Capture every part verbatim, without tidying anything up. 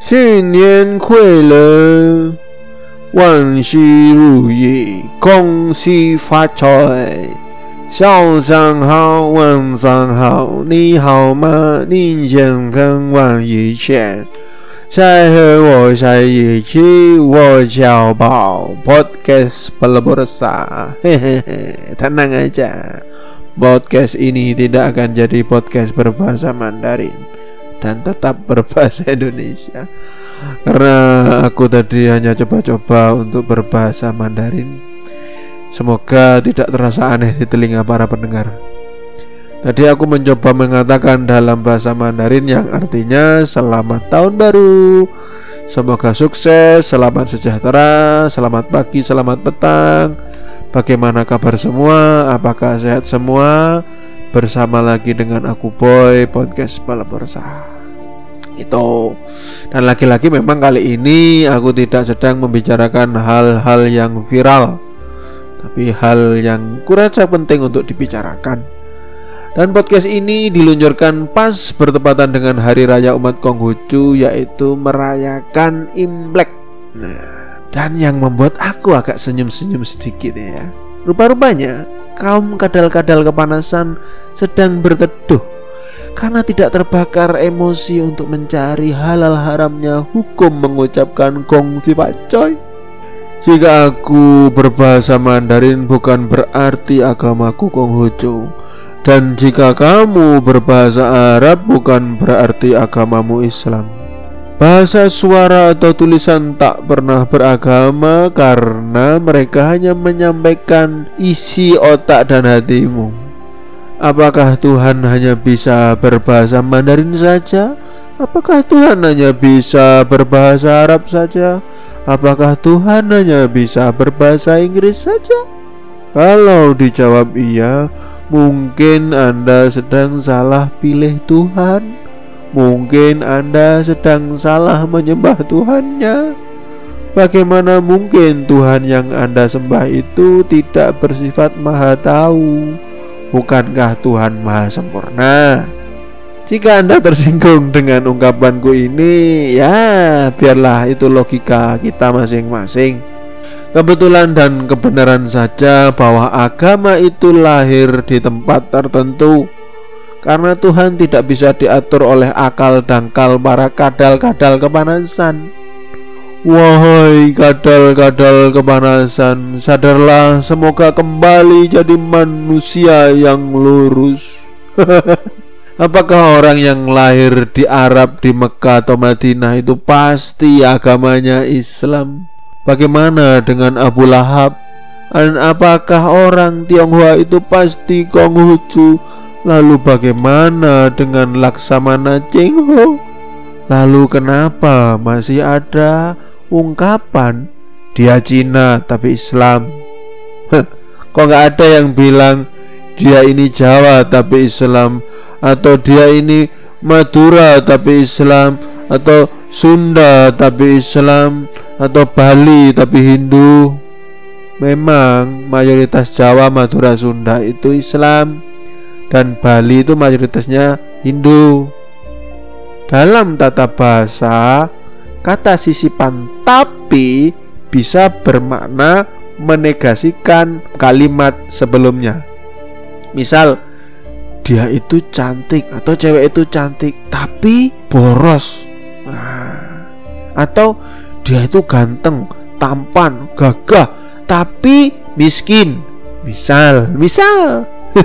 新年快乐，万事如意，恭喜发财。早上好，晚上好，你好吗？你健康万一千。saya和saya一起，我叫宝 podcast Pelebursa. Hehehe, tenang aja. Podcast ini tidak akan jadi podcast berbahasa Mandarin dan tetap berbahasa Indonesia, karena aku tadi hanya coba-coba untuk berbahasa Mandarin. Semoga tidak terasa aneh di telinga para pendengar. Tadi aku mencoba mengatakan dalam bahasa Mandarin yang artinya selamat tahun baru, semoga sukses, selamat sejahtera, selamat pagi, selamat petang. Bagaimana kabar semua? Apakah sehat semua? Bersama lagi dengan aku Boy, podcast Pelebursa. Itu. Dan lagi-lagi memang kali ini aku tidak sedang membicarakan hal-hal yang viral, tapi hal yang kurasa penting untuk dibicarakan. Dan podcast ini diluncurkan pas bertepatan dengan hari raya umat Konghucu, yaitu merayakan Imlek. Nah, dan yang membuat aku agak senyum-senyum sedikit ya, rupa-rupanya kaum kadal-kadal kepanasan sedang berteduh karena tidak terbakar emosi untuk mencari halal haramnya hukum mengucapkan gong si pacoy. Jika aku berbahasa Mandarin bukan berarti agamaku Konghucu, dan jika kamu berbahasa Arab bukan berarti agamamu Islam. Bahasa suara atau tulisan tak pernah beragama, karena mereka hanya menyampaikan isi otak dan hatimu. Apakah Tuhan hanya bisa berbahasa Mandarin saja? Apakah Tuhan hanya bisa berbahasa Arab saja? Apakah Tuhan hanya bisa berbahasa Inggris saja? Kalau dijawab iya, mungkin Anda sedang salah pilih Tuhan. Mungkin Anda sedang salah menyembah Tuhannya. Bagaimana mungkin Tuhan yang Anda sembah itu tidak bersifat maha tahu? Bukankah Tuhan maha sempurna? Jika Anda tersinggung dengan ungkapanku ini, ya biarlah itu logika kita masing-masing. Kebetulan dan kebenaran saja bahwa agama itu lahir di tempat tertentu, karena Tuhan tidak bisa diatur oleh akal dangkal para kadal-kadal kepanasan. Wahai kadal-kadal kepanasan, sadarlah, semoga kembali jadi manusia yang lurus. Apakah orang yang lahir di Arab, di Mekah atau Madinah itu pasti agamanya Islam? Bagaimana dengan Abu Lahab? Dan apakah orang Tionghoa itu pasti Konghucu? Lalu bagaimana dengan Laksamana Cheng-ho? Lalu kenapa masih ada ungkapan dia Cina tapi Islam? Heh, kok gak ada yang bilang dia ini Jawa tapi Islam, atau dia ini Madura tapi Islam, atau Sunda tapi Islam, atau Bali tapi Hindu? Memang mayoritas Jawa, Madura, Sunda itu Islam, dan Bali itu mayoritasnya Hindu. Dalam tata bahasa, kata sisipan tapi bisa bermakna menegasikan kalimat sebelumnya. Misal, dia itu cantik atau cewek itu cantik tapi boros. Nah, atau dia itu ganteng, tampan, gagah tapi miskin. Misal, misal.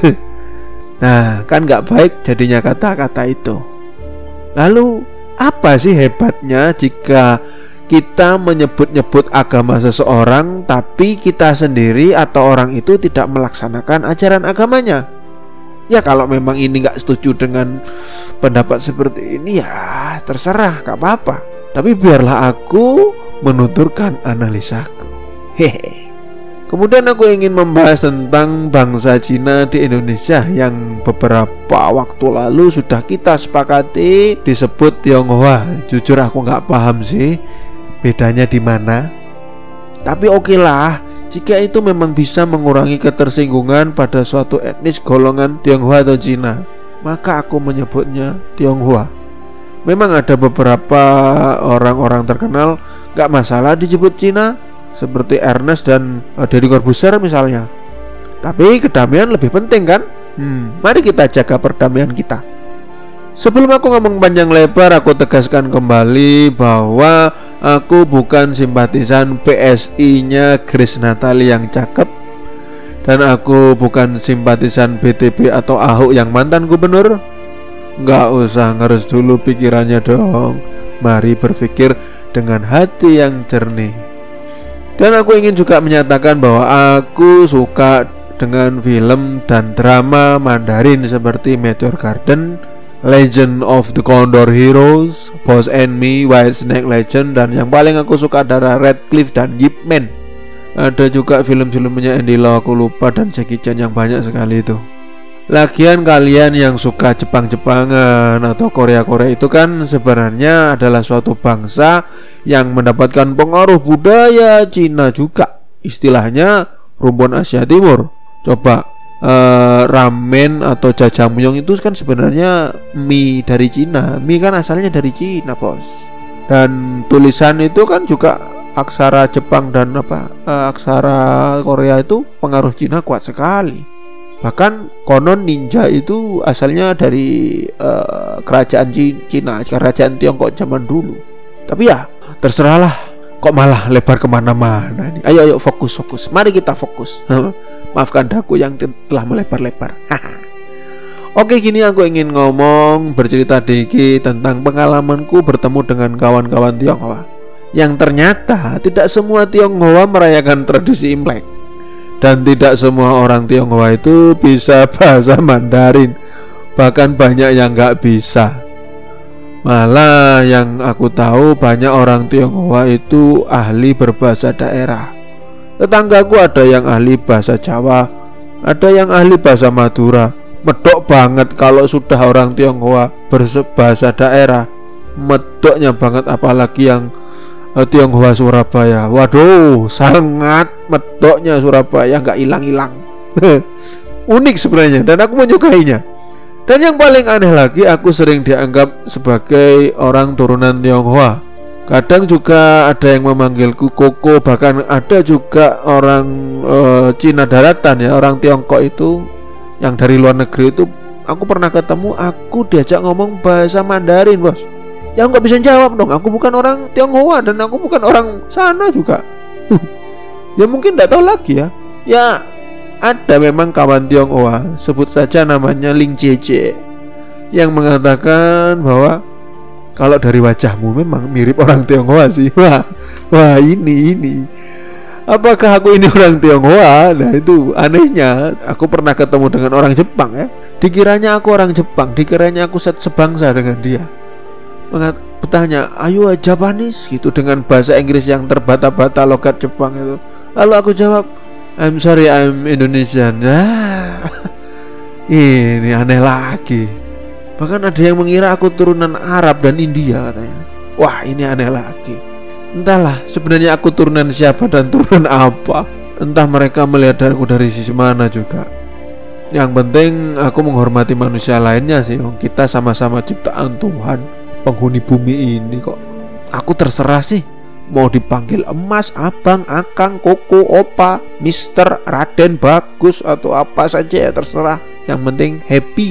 Nah, kan gak baik jadinya kata-kata itu. Lalu apa sih hebatnya jika kita menyebut-nyebut agama seseorang tapi kita sendiri atau orang itu tidak melaksanakan ajaran agamanya? Ya kalau memang ini gak setuju dengan pendapat seperti ini, ya terserah, gak apa-apa. Tapi biarlah aku menuturkan analisaku. Hehe. Kemudian aku ingin membahas tentang bangsa Cina di Indonesia yang beberapa waktu lalu sudah kita sepakati disebut Tionghoa. Jujur aku gak paham sih bedanya di mana. Tapi oke lah, jika itu memang bisa mengurangi ketersinggungan pada suatu etnis golongan Tionghoa atau Cina, maka aku menyebutnya Tionghoa. Memang ada beberapa orang-orang terkenal gak masalah disebut Cina, seperti Ernest dan uh, Deddy Corbuzier misalnya. Tapi kedamaian lebih penting kan? Hmm, mari kita jaga perdamaian kita. Sebelum aku ngomong panjang lebar, aku tegaskan kembali bahwa aku bukan simpatisan P S I-nya Grace Natali yang cakep, dan aku bukan simpatisan B T P atau Ahok yang mantan gubernur. Nggak usah ngerus dulu pikirannya dong. Mari berpikir dengan hati yang jernih. Dan aku ingin juga menyatakan bahwa aku suka dengan film dan drama Mandarin seperti Meteor Garden, Legend of the Condor Heroes, Boss and Me, White Snake Legend, dan yang paling aku suka adalah Radcliffe dan Yip Man. Ada juga film-filmnya Andy Lau, aku lupa, dan Jackie Chan yang banyak sekali itu. Lagian kalian yang suka Jepang-Jepangan atau Korea-Korea itu kan sebenarnya adalah suatu bangsa yang mendapatkan pengaruh budaya Cina juga. Istilahnya rumpun Asia Timur. Coba uh, ramen atau jajangmyeon itu kan sebenarnya mie dari Cina. Mie kan asalnya dari Cina, bos. Dan tulisan itu kan juga aksara Jepang dan apa uh, aksara Korea itu pengaruh Cina kuat sekali. Bahkan konon ninja itu asalnya dari uh, kerajaan Cina, kerajaan Tiongkok zaman dulu. Tapi ya terserahlah, kok malah lebar kemana-mana nih. Ayo ayo fokus fokus, mari kita fokus. Maafkan daku yang telah melebar-lebar. Oke, gini aku ingin ngomong, bercerita dikit tentang pengalamanku bertemu dengan kawan-kawan Tionghoa. Yang ternyata tidak semua Tionghoa merayakan tradisi Imlek. Dan tidak semua orang Tionghoa itu bisa bahasa Mandarin. Bahkan banyak yang gak bisa. Malah yang aku tahu banyak orang Tionghoa itu ahli berbahasa daerah. Tetanggaku ada yang ahli bahasa Jawa, ada yang ahli bahasa Madura. Medok banget kalau sudah orang Tionghoa berbahasa daerah. Medoknya banget, apalagi yang Tionghoa Surabaya. Waduh, sangat medoknya Surabaya, nggak hilang-hilang. Unik sebenarnya, dan aku menyukainya. Dan yang paling aneh lagi, aku sering dianggap sebagai orang turunan Tionghoa. Kadang juga ada yang memanggilku Koko. Bahkan ada juga orang e, Cina daratan ya, orang Tiongkok itu yang dari luar negeri itu. Aku pernah ketemu, aku diajak ngomong bahasa Mandarin, bos. Ya nggak bisa jawab dong, aku bukan orang Tionghoa dan aku bukan orang sana juga. Ya mungkin nggak tahu lagi ya. Ya ada memang kawan Tionghoa, sebut saja namanya Ling Jie, yang mengatakan bahwa kalau dari wajahmu memang mirip orang Tionghoa sih. Wah, wah ini ini. Apakah aku ini orang Tionghoa? Nah itu anehnya. Aku pernah ketemu dengan orang Jepang ya. Dikiranya aku orang Jepang, dikiranya aku sebangsa dengan dia. Bertanya, ayo Japanese gitu dengan bahasa Inggris yang terbata-bata logat Jepang itu. Lalu aku jawab, I'm sorry, I'm Indonesian. Nah, ini aneh lagi. Bahkan ada yang mengira aku turunan Arab dan India katanya. Wah, ini aneh lagi. Entahlah sebenarnya aku turunan siapa dan turunan apa. Entah mereka melihat aku dari sisi mana juga. Yang penting aku menghormati manusia lainnya sih. Kita sama-sama ciptaan Tuhan, penghuni bumi ini kok. Aku terserah sih mau dipanggil emas, abang, akang, koko, opa, mister, raden, bagus, atau apa saja ya terserah. Yang penting happy.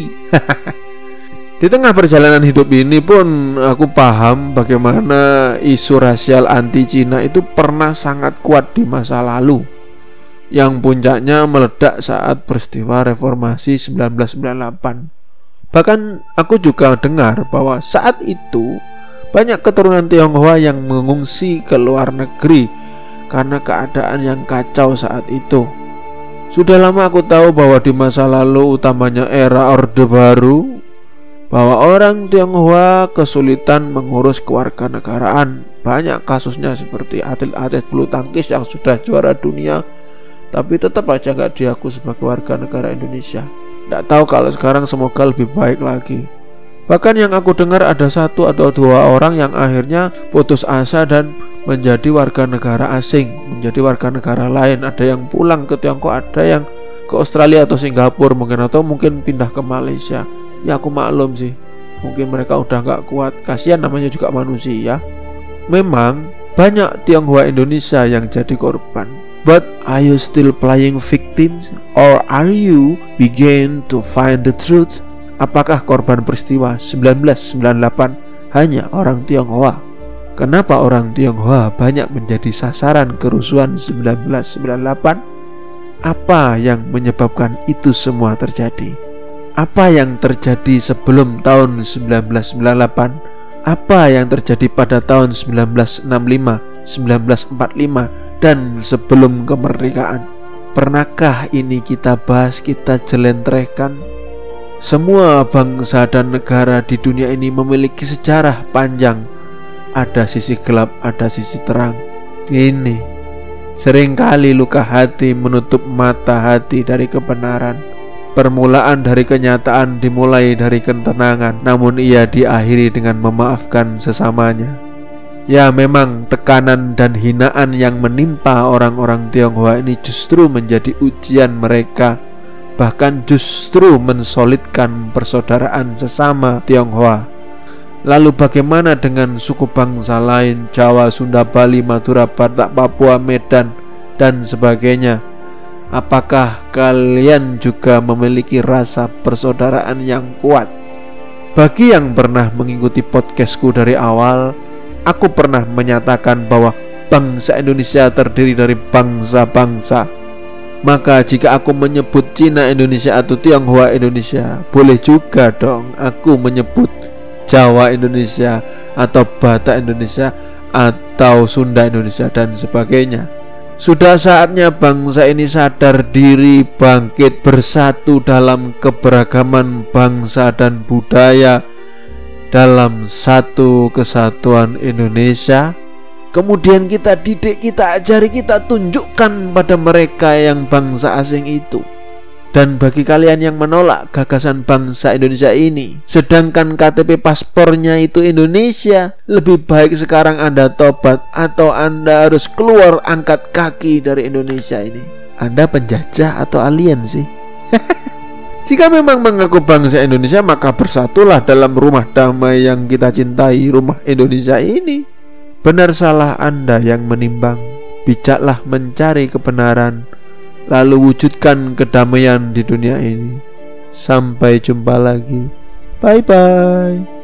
Di tengah perjalanan hidup ini pun aku paham bagaimana isu rasial anti Cina itu pernah sangat kuat di masa lalu, yang puncaknya meledak saat peristiwa reformasi seribu sembilan ratus sembilan puluh delapan. Bahkan aku juga dengar bahwa saat itu banyak keturunan Tionghoa yang mengungsi ke luar negeri karena keadaan yang kacau saat itu. Sudah lama aku tahu bahwa di masa lalu, utamanya era Orde Baru, bahwa orang Tionghoa kesulitan mengurus kewarganegaraan. Banyak kasusnya seperti atlet-atlet bulu tangkis yang sudah juara dunia tapi tetap aja gak diaku sebagai warga negara Indonesia. Nggak tahu kalau sekarang, semoga lebih baik lagi. Bahkan yang aku dengar ada satu atau dua orang yang akhirnya putus asa dan menjadi warga negara asing, menjadi warga negara lain. Ada yang pulang ke Tiongkok, ada yang ke Australia atau Singapura mungkin, atau mungkin pindah ke Malaysia. Ya aku maklum sih, Mungkin mereka udah gak kuat. Kasihan, namanya juga manusia. Memang banyak Tionghoa Indonesia yang jadi korban. But are you still playing victims? Or are you begin to find the truth? Apakah korban peristiwa seribu sembilan ratus sembilan puluh delapan hanya orang Tionghoa? Kenapa orang Tionghoa banyak menjadi sasaran kerusuhan seribu sembilan ratus sembilan puluh delapan? Apa yang menyebabkan itu semua terjadi? Apa yang terjadi sebelum tahun seribu sembilan ratus sembilan puluh delapan? Apa yang terjadi pada tahun seribu sembilan ratus enam puluh lima, seribu sembilan ratus empat puluh lima, dan sebelum kemerdekaan? Pernahkah ini kita bahas, kita jelentrehkan? Semua bangsa dan negara di dunia ini memiliki sejarah panjang. Ada sisi gelap, ada sisi terang. Ini seringkali luka hati menutup mata hati dari kebenaran. Permulaan dari kenyataan dimulai dari ketenangan, namun ia diakhiri dengan memaafkan sesamanya. Ya, memang tekanan dan hinaan yang menimpa orang-orang Tionghoa ini justru menjadi ujian mereka, bahkan justru mensolidkan persaudaraan sesama Tionghoa. Lalu bagaimana dengan suku bangsa lain, Jawa, Sunda, Bali, Madura, Batak, Papua, Medan, dan sebagainya? Apakah kalian juga memiliki rasa persaudaraan yang kuat? Bagi yang pernah mengikuti podcastku dari awal, aku pernah menyatakan bahwa bangsa Indonesia terdiri dari bangsa-bangsa. Maka jika aku menyebut Cina Indonesia atau Tionghoa Indonesia, boleh juga dong aku menyebut Jawa Indonesia atau Batak Indonesia atau Sunda Indonesia dan sebagainya. Sudah saatnya bangsa ini sadar diri, bangkit, bersatu dalam keberagaman bangsa dan budaya dalam satu kesatuan Indonesia. Kemudian kita didik, kita ajari, kita tunjukkan pada mereka yang bangsa asing itu. Dan bagi kalian yang menolak gagasan bangsa Indonesia ini, sedangkan K T P paspornya itu Indonesia, lebih baik sekarang Anda tobat atau Anda harus keluar angkat kaki dari Indonesia ini. Anda penjajah atau alien sih? Jika memang mengaku bangsa Indonesia, maka bersatulah dalam rumah damai yang kita cintai, rumah Indonesia ini. Benar salah Anda yang menimbang. Bijaklah mencari kebenaran, lalu wujudkan kedamaian di dunia ini. Sampai jumpa lagi. Bye bye.